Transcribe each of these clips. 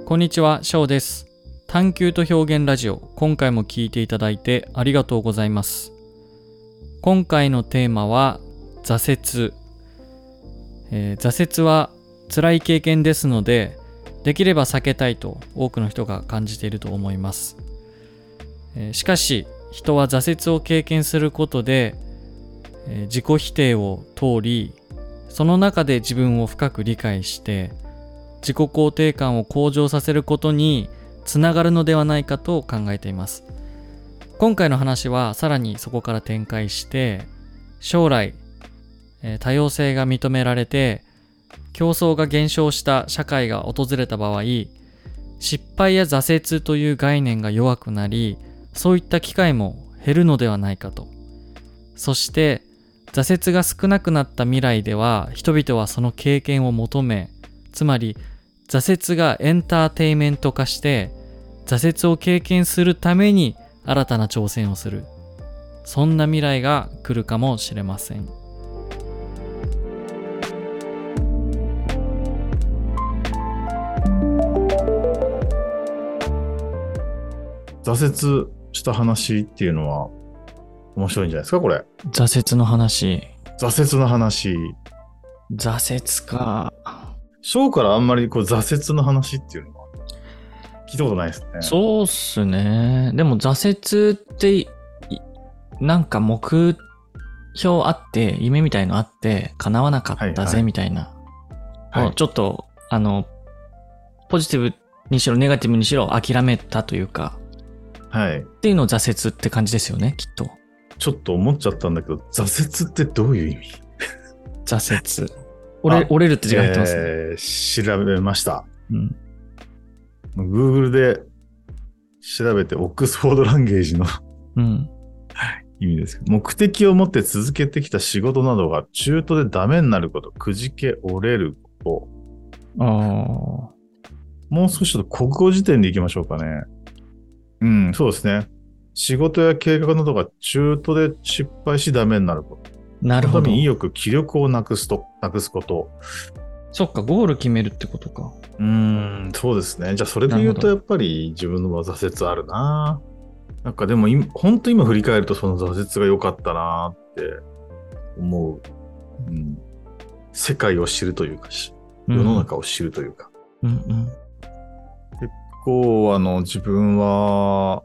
こんにちは、翔です。探求と表現ラジオ、今回も聞いていただいてありがとうございます。今回のテーマは挫折。挫折は辛い経験ですので、できれば避けたいと多くの人が感じていると思います。しかし、人は挫折を経験することで、自己否定を通り、その中で自分を深く理解して、自己肯定感を向上させることにつながるのではないかと考えています。今回の話はさらにそこから展開して、将来、多様性が認められて競争が減少した社会が訪れた場合、失敗や挫折という概念が弱くなり、そういった機会も減るのではないかと。そして挫折が少なくなった未来では、人々はその経験を求め、つまり挫折がエンターテイメント化して、挫折を経験するために新たな挑戦をする。そんな未来が来るかもしれません。 挫折した話っていうのは面白いんじゃないですか、これ。 挫折の話。 挫折の話。 挫折か。 ショーからあんまり挫折の話っていうのは聞いたことないですね。 そうっすね。でも挫折ってなんか目標あって、夢みたいのあって叶わなかったぜみたいな、はい、ちょっとポジティブにしろネガティブにしろ諦めたというか、 はい、 っていうのを挫折って感じですよね、きっと。 ちょっと思っちゃったんだけど、挫折ってどういう意味？ 挫折。折れるって字が入ってますね。 調べました。Google で調べて、オックスフォードランゲージの、意味です。目的を持って続けてきた仕事などが中途でダメになること、くじけ折れること。もう少しちょっと国語辞典でいきましょうかね。そうですね。仕事や計画などが中途で失敗しダメになること。 なるほど。 そのために意欲、気力をなくすこと。 そっか、ゴール決めるってことか。 そうですね。じゃあそれで言うとやっぱり自分の挫折あるな。なんかでも本当今振り返るとその挫折が良かったなって思う。世界を知るというか、世の中を知るというか。結構自分は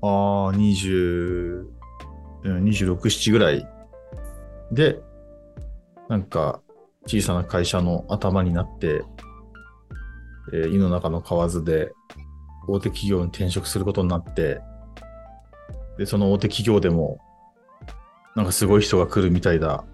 26、7ぐらいで、なんか小さな会社の頭になって、井の中の蛙で大手企業に転職することになって、で、その大手企業でも、なんかすごい人が来るみたいな、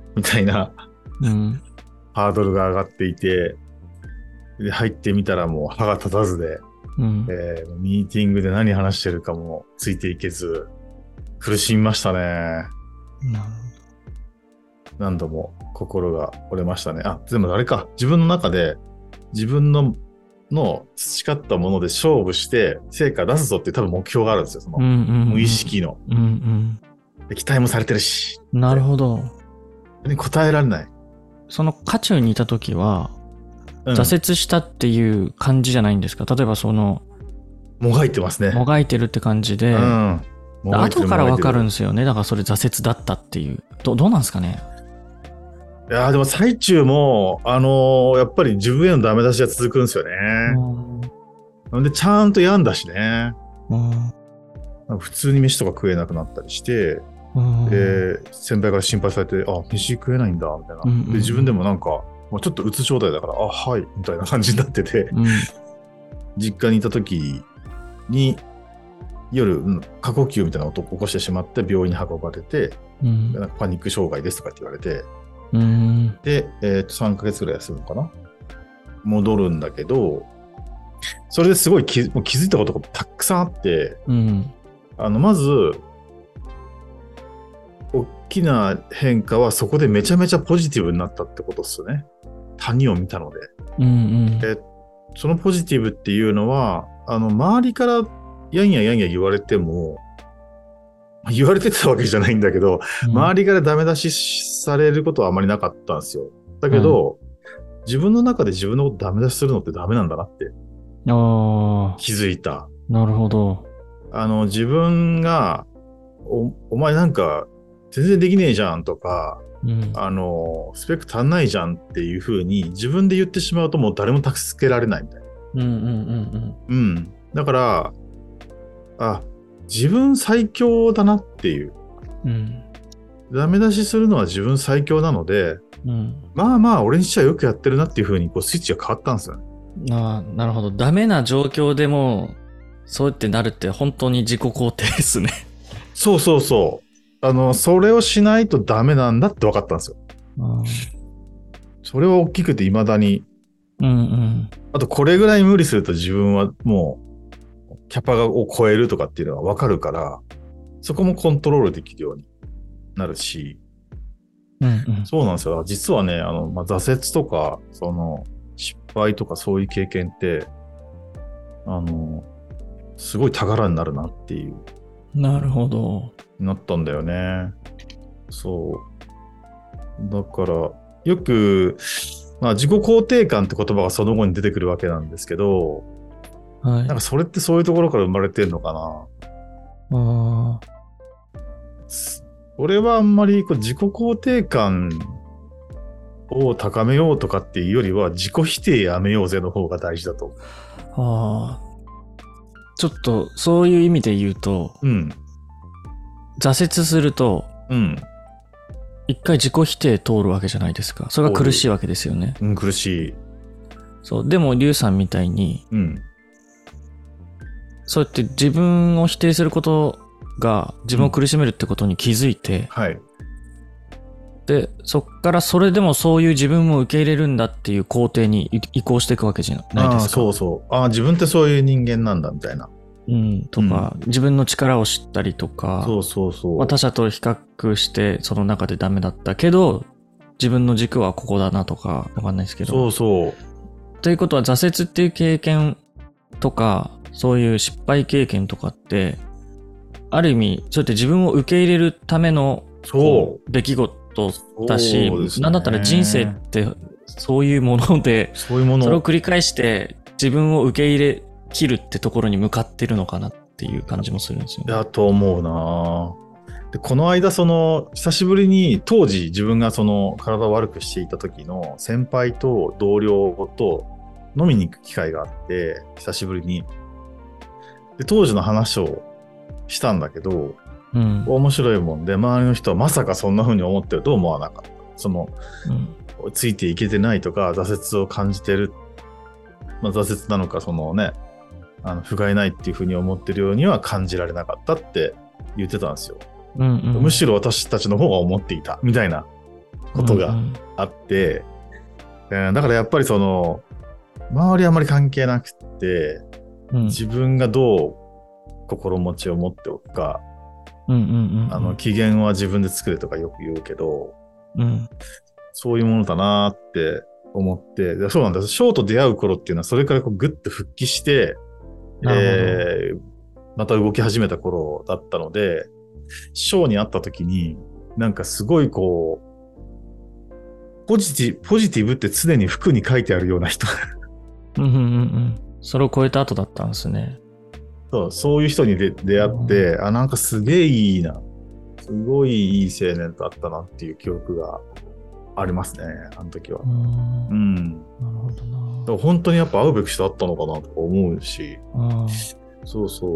ハードルが上がっていて、で、入ってみたらもう歯が立たずで、ミーティングで何話してるかもついていけず、苦しみましたね。何度も心が折れましたね。でもあれか、自分の中で自分の培ったもので勝負して成果出すぞっていう多分目標があるんですよ。その無意識の、で期待もされてるし。 なるほど。 答えられない。 その渦中にいた時は、挫折したっていう感じじゃないんですか？例えばもがいてますね。 もがいてるって感じで、後から分かるんですよね。だからそれ挫折だったっていう。どうなんですかね？ いやでも最中もやっぱり自分へのダメ出しが続くんですよね。なんでちゃんと病んだしね。普通に飯とか食えなくなったりして、先輩から心配されて、飯食えないんだみたいな。で自分でもなんかちょっとうつ状態だからはいみたいな感じになってて、実家にいた時に夜過呼吸みたいな音を起こしてしまって病院に運ばれて、なんかパニック障害ですとかって言われて。で、3ヶ月ぐらい休むのかな、戻るんだけど、それですごい気づいたことがたくさんあって、まず大きな変化はそこでめちゃめちゃポジティブになったってことですよね。谷を見たので、そのポジティブっていうのは周りからやんや言われても、言われてたわけじゃないんだけど、周りからダメ出しされることはあまりなかったんですよ。だけど、自分の中で自分のことダメ出しするのってダメなんだなってああ、 気づいた。 なるほど。 自分が、お前なんか全然できねえじゃんとか、 うん。 スペック足んないじゃんっていう風に自分で言ってしまうともう誰も助けられないみたいな。 うんうんうんうん。だから、自分最強だなっていう。 うん。 ダメ出しするのは自分最強なので、 うん。 まあまあ俺にしちゃよくやってるなっていう風にこうスイッチが変わったんですよね。 ああ、なるほど。ダメな状況でも、そうやってなるって本当に自己肯定ですね。 そうそうそう。それをしないとダメなんだって分かったんですよ。それは大きくて未だに。 うんうん。 あとこれぐらい無理すると自分はもうキャパを超えるとかっていうのが分かるから、そこもコントロールできるようになるし、 うんうん。 そうなんですよ。実はね、挫折とか、失敗とかそういう経験って、すごい宝になるなっていう、 なるほど。 なったんだよね。そう。だから、よく、自己肯定感って言葉がその後に出てくるわけなんですけど、 はい。 なんかそれってそういうところから生まれてるのかな。 ああ。 俺はあんまり自己肯定感を高めようとかっていうよりは自己否定やめようぜの方が大事だと。 ああ。ちょっと、そういう意味で言うと、 うん。 挫折すると、 うん。 一回自己否定通るわけじゃないですか。それが苦しいわけですよね。 うん、苦しい。 そう。でも、リュウさんみたいに、 うん。 そうやって自分を否定することが自分を苦しめるってことに気づいて、 はい。 で、そっからそれでもそういう自分を受け入れるんだっていう肯定に移行していくわけじゃないですか。 そうそう。自分ってそういう人間なんだみたいな。 うん、とか、自分の力を知ったりとか、 そうそうそう。 他者と比較してその中でダメだったけど、自分の軸はここだなとか、わかんないですけど。 そうそう。 ということは挫折っていう経験とか、そういう失敗経験とかって、ある意味、そうやって自分を受け入れるための出来事だし、なんだったら人生ってそういうもので、 そういうもの。 それを繰り返して自分を受け入れ切るってところに向かってるのかなっていう感じもするんですよね。 だと思うな。で、この間久しぶりに当時自分が体を悪くしていた時の先輩と同僚と飲みに行く機会があって、久しぶりに。で、当時の話をしたんだけど、 うん、 面白いもんで、周りの人はまさかそんな風に思ってると思わなかった。ついていけてないとか、挫折を感じてる。挫折なのか、不甲斐ないっていう風に思ってるようには感じられなかったって言ってたんですよ。むしろ私たちの方が思っていた、みたいなことがあって、だからやっぱり周りあまり関係なくて、自分がどう心持ちを持っておくか、機嫌は自分で作れとかよく言うけど、そういうものだなって思って、そうなんです。ショーと出会う頃っていうのはそれからグッと復帰して、また動き始めた頃だったので、ショーに会った時になんかすごいポジティブって常に服に書いてあるような人それを超えた後だったんですね。 そういう人に出会って、なんかすげえいいな。すごいいい青年だったなっていう記憶がありますね、あの時は。 なるほどな。 だから本当にやっぱ会うべき人だったのかなとか思うし。そうそう。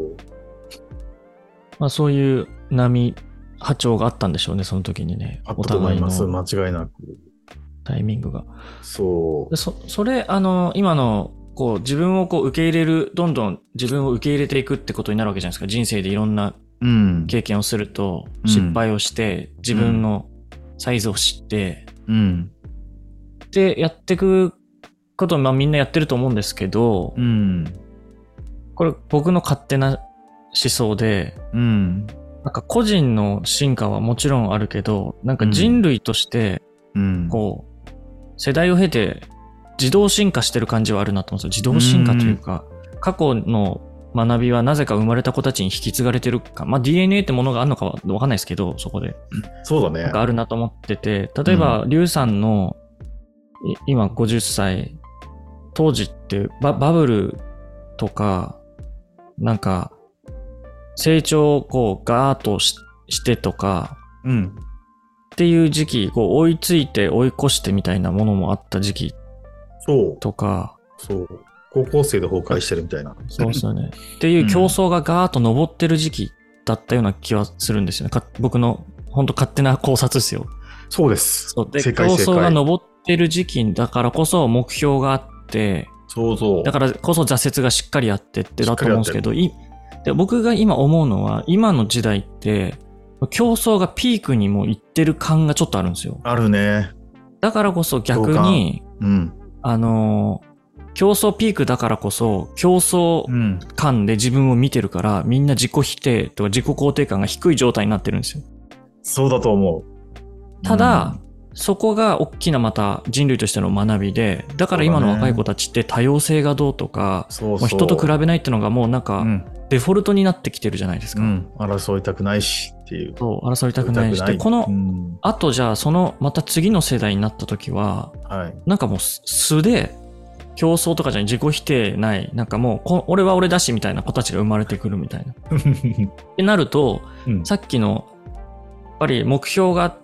そういう波長があったんでしょうね、その時にね。 あったと思います、間違いなく。 タイミングが。 そう。 それ、今の、自分を受け入れる、どんどん自分を受け入れていくってことになるわけじゃないですか。人生でいろんな経験をすると、失敗をして、自分のサイズを知って、で、やっていくことをみんなやってると思うんですけど、これ僕の勝手な思想で、なんか個人の進化はもちろんあるけど、なんか人類として、世代を経て自動進化してる感じはあるなと思うんですよ。自動進化というか、過去の学びはなぜか生まれた子たちに引き継がれてるか。DNA ってものがあるのかはわかんないですけど、そこで。 そうだね。 なんかあるなと思ってて、例えば、リュウさんの、今50歳、当時ってバブルとか、なんか、成長をこうガーッとしてとか、っていう時期、こう追いついて追い越してみたいなものもあった時期とか、 そう。高校生で崩壊してるみたいな。 そうですよね。っていう競争がガーッと上ってる時期だったような気はするんですよね。僕の本当勝手な考察ですよ。 そうです。 そうで、競争が上ってる時期だからこそ目標があって、だからこそ挫折がしっかりあってってだと思うんですけど、で僕が今思うのは、今の時代って競争がピークにも行ってる感がちょっとあるんですよ。 あるね。 だからこそ逆に、競争ピークだからこそ競争感で自分を見てるから、みんな自己否定とか自己肯定感が低い状態になってるんですよ。 そうだと思う。 ただ、そこが大きなまた人類としての学びで、だから今の若い子たちって多様性がどうとか、もう人と比べないっていうのがもうなんかデフォルトになってきてるじゃないですか。 争いたくないしっていう。 そう、争いたくないし。で、この、あとじゃあそのまた次の世代になった時は、なんかもう素で競争とかじゃ自己否定ない、なんかもう俺は俺だしみたいな子たちが生まれてくるみたいな。ってなると、さっきのやっぱり目標があって、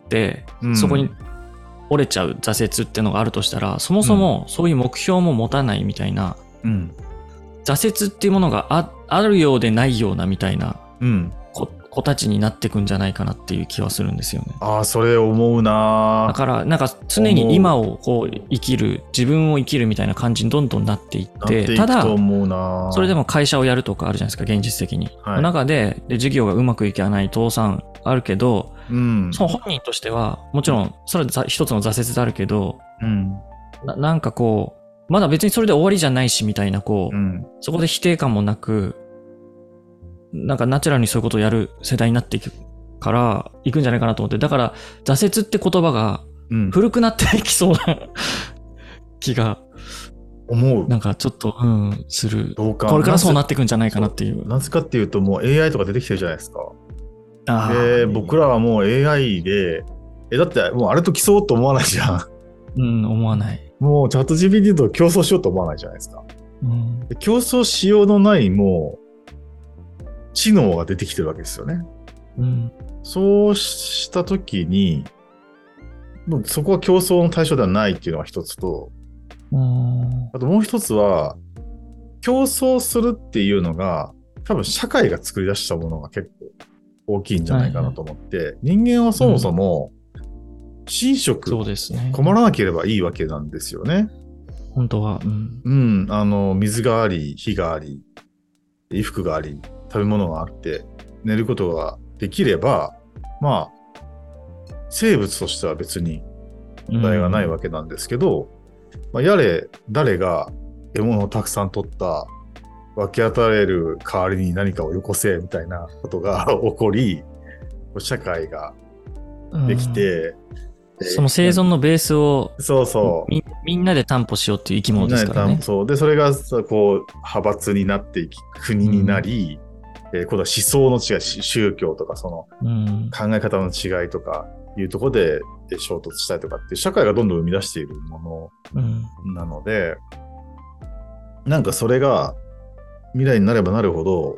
そこに折れちゃう挫折ってのがあるとしたら、そもそもそういう目標も持たないみたいな、挫折っていうものが あるようでないようなみたいな子たちになっていくんじゃないかなっていう気はするんですよね。 ああ、それ思うな。 だからなんか常に今をこう生きる、自分を生きるみたいな感じにどんどんなっていって、ただそれでも会社をやるとかあるじゃないですか、現実的に。の中で事業がうまくいかない倒産あるけど、その本人としてはもちろんそれは一つの挫折であるけど、なんかこうまだ別にそれで終わりじゃないしみたいな、こう、そこで否定感もなく、なんかナチュラルにそういうことをやる世代になっていくからいくんじゃないかなと思って、だから挫折って言葉が古くなっていきそうな気が思う。 なんかちょっとする。これからそうなっていくんじゃないかなっていう。 なぜかっていうと、もう AI とか出てきてるじゃないですか。で、僕らはもう AI で、だってもうあれと競おうと思わないじゃん。 思わない。 もうチャット GPT と競争しようと思わないじゃないですか。で競争しようのないもう知能が出てきてるわけですよね。そうしたときに、もうそこは競争の対象ではないっていうのが一つと、あともう一つは、競争するっていうのが、多分社会が作り出したものが結構大きいんじゃないかなと思って、人間はそもそも、寝食、困らなければいいわけなんですよね。 本当は。 水があり、火があり、衣服があり、食べ物があって、寝ることができれば、まあ、生物としては別に問題がないわけなんですけど、やれ、誰が獲物をたくさん取った、分け与える代わりに何かをよこせ、みたいなことが起こり、社会ができて、 その生存のベースをみんなで担保しようっていう生き物ですからね。 で、それがこう派閥になっていき、国になり、今度は思想の違い、宗教とかその考え方の違いとかいうところで衝突したりとかっていう社会がどんどん生み出しているものなので、なんかそれが未来になればなるほど、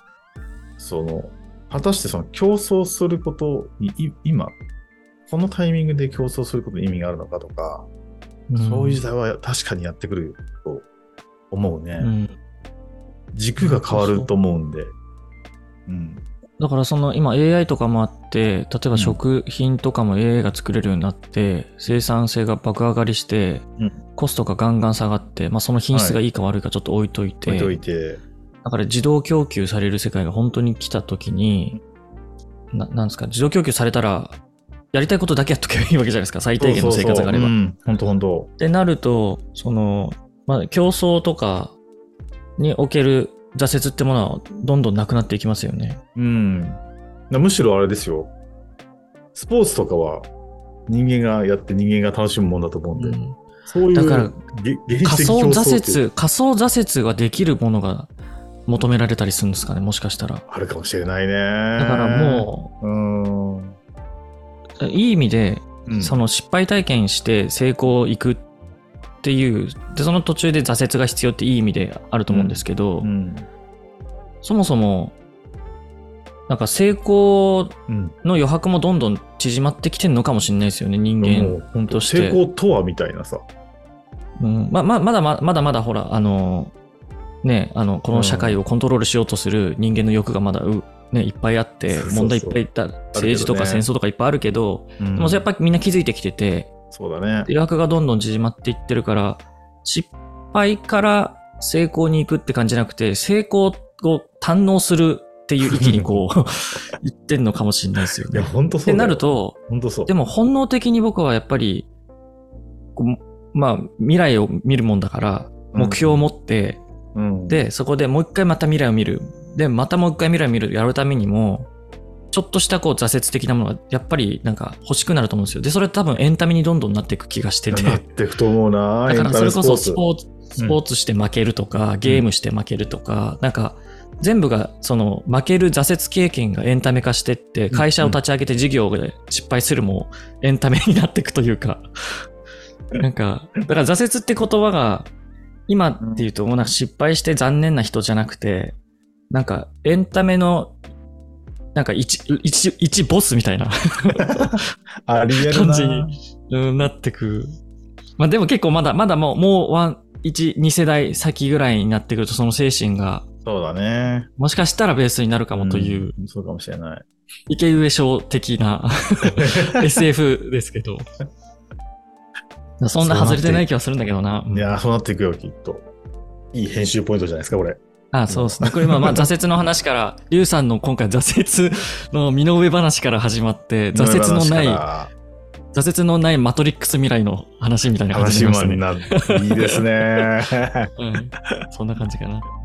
果たしてその競争することに今このタイミングで競争することに意味があるのかとか、そういう時代は確かにやってくると思うね。軸が変わると思うんで。 だからその今 AI とかもあって、例えば食品とかも AI が作れるようになって、生産性が爆上がりして、コストがガンガン下がって、その品質がいいか悪いかちょっと置いといて、だから自動供給される世界が本当に来た時に、なんですか、自動供給されたら、やりたいことだけやっとけばいいわけじゃないですか、最低限の生活があれば。 本当。 ってなると、競争とかにおける挫折ってものはどんどんなくなっていきますよね。 むしろあれですよ。スポーツとかは人間がやって人間が楽しむもんだと思うんで。そういうだから仮想挫折ができるものが求められたりするんですかね、もしかしたら。 あるかもしれないね。 だからもういい意味で、その失敗体験して成功いくっっていう、で、その途中で挫折が必要っていい意味であると思うんですけど、そもそも、なんか成功の余白もどんどん縮まってきてるのかもしれないですよね、人間として。 成功とはみたいなさ。 まだまだほら、この社会をコントロールしようとする人間の欲がまだいっぱいあって、問題いっぱいいった、政治とか戦争とかいっぱいあるけど、でもやっぱりみんな気づいてきてて、 そうだね。 余白がどんどん縮まっていってるから、失敗から成功に行くって感じじゃなくて、成功を堪能するっていう域にこう言ってんのかもしれないですよね。 いや、本当そうだよ。 ってなると、 本当そう。 でも本能的に僕はやっぱり、未来を見るもんだから、目標を持って、で、そこでもう一回また未来を見る。で、またもう一回未来を見るやるためにも、ちょっとしたこう挫折的なものがやっぱりなんか欲しくなると思うんですよ。で、それ多分エンタメにどんどんなっていく気がしてて。 なっていくと思うな。 だからそれこそスポーツして負けるとか、ゲームして負けるとか、なんか全部がその負ける挫折経験がエンタメ化してって、会社を立ち上げて事業で失敗するもエンタメになっていくというか、なんか、だから挫折って言葉が今っていうともうなんか失敗して残念な人じゃなくて、なんかエンタメのなんか一ボスみたいなありえる感じになってく。まあでも結構まだもう1、2世代先ぐらいになってくるとその精神が、 そうだね。 もしかしたらベースになるかもという、 そうかもしれない。 池上賞的なSF ですけど。そんな外れてない気はするんだけどな。 いや、そうなっていくよ、きっと。いい編集ポイントじゃないですか、これ。 そうですね。これ挫折の話から、リュウさんの今回挫折の身の上話から始まって、挫折のないマトリックス未来の話みたいな感じになりましたね。 いいですね。 そんな感じかな。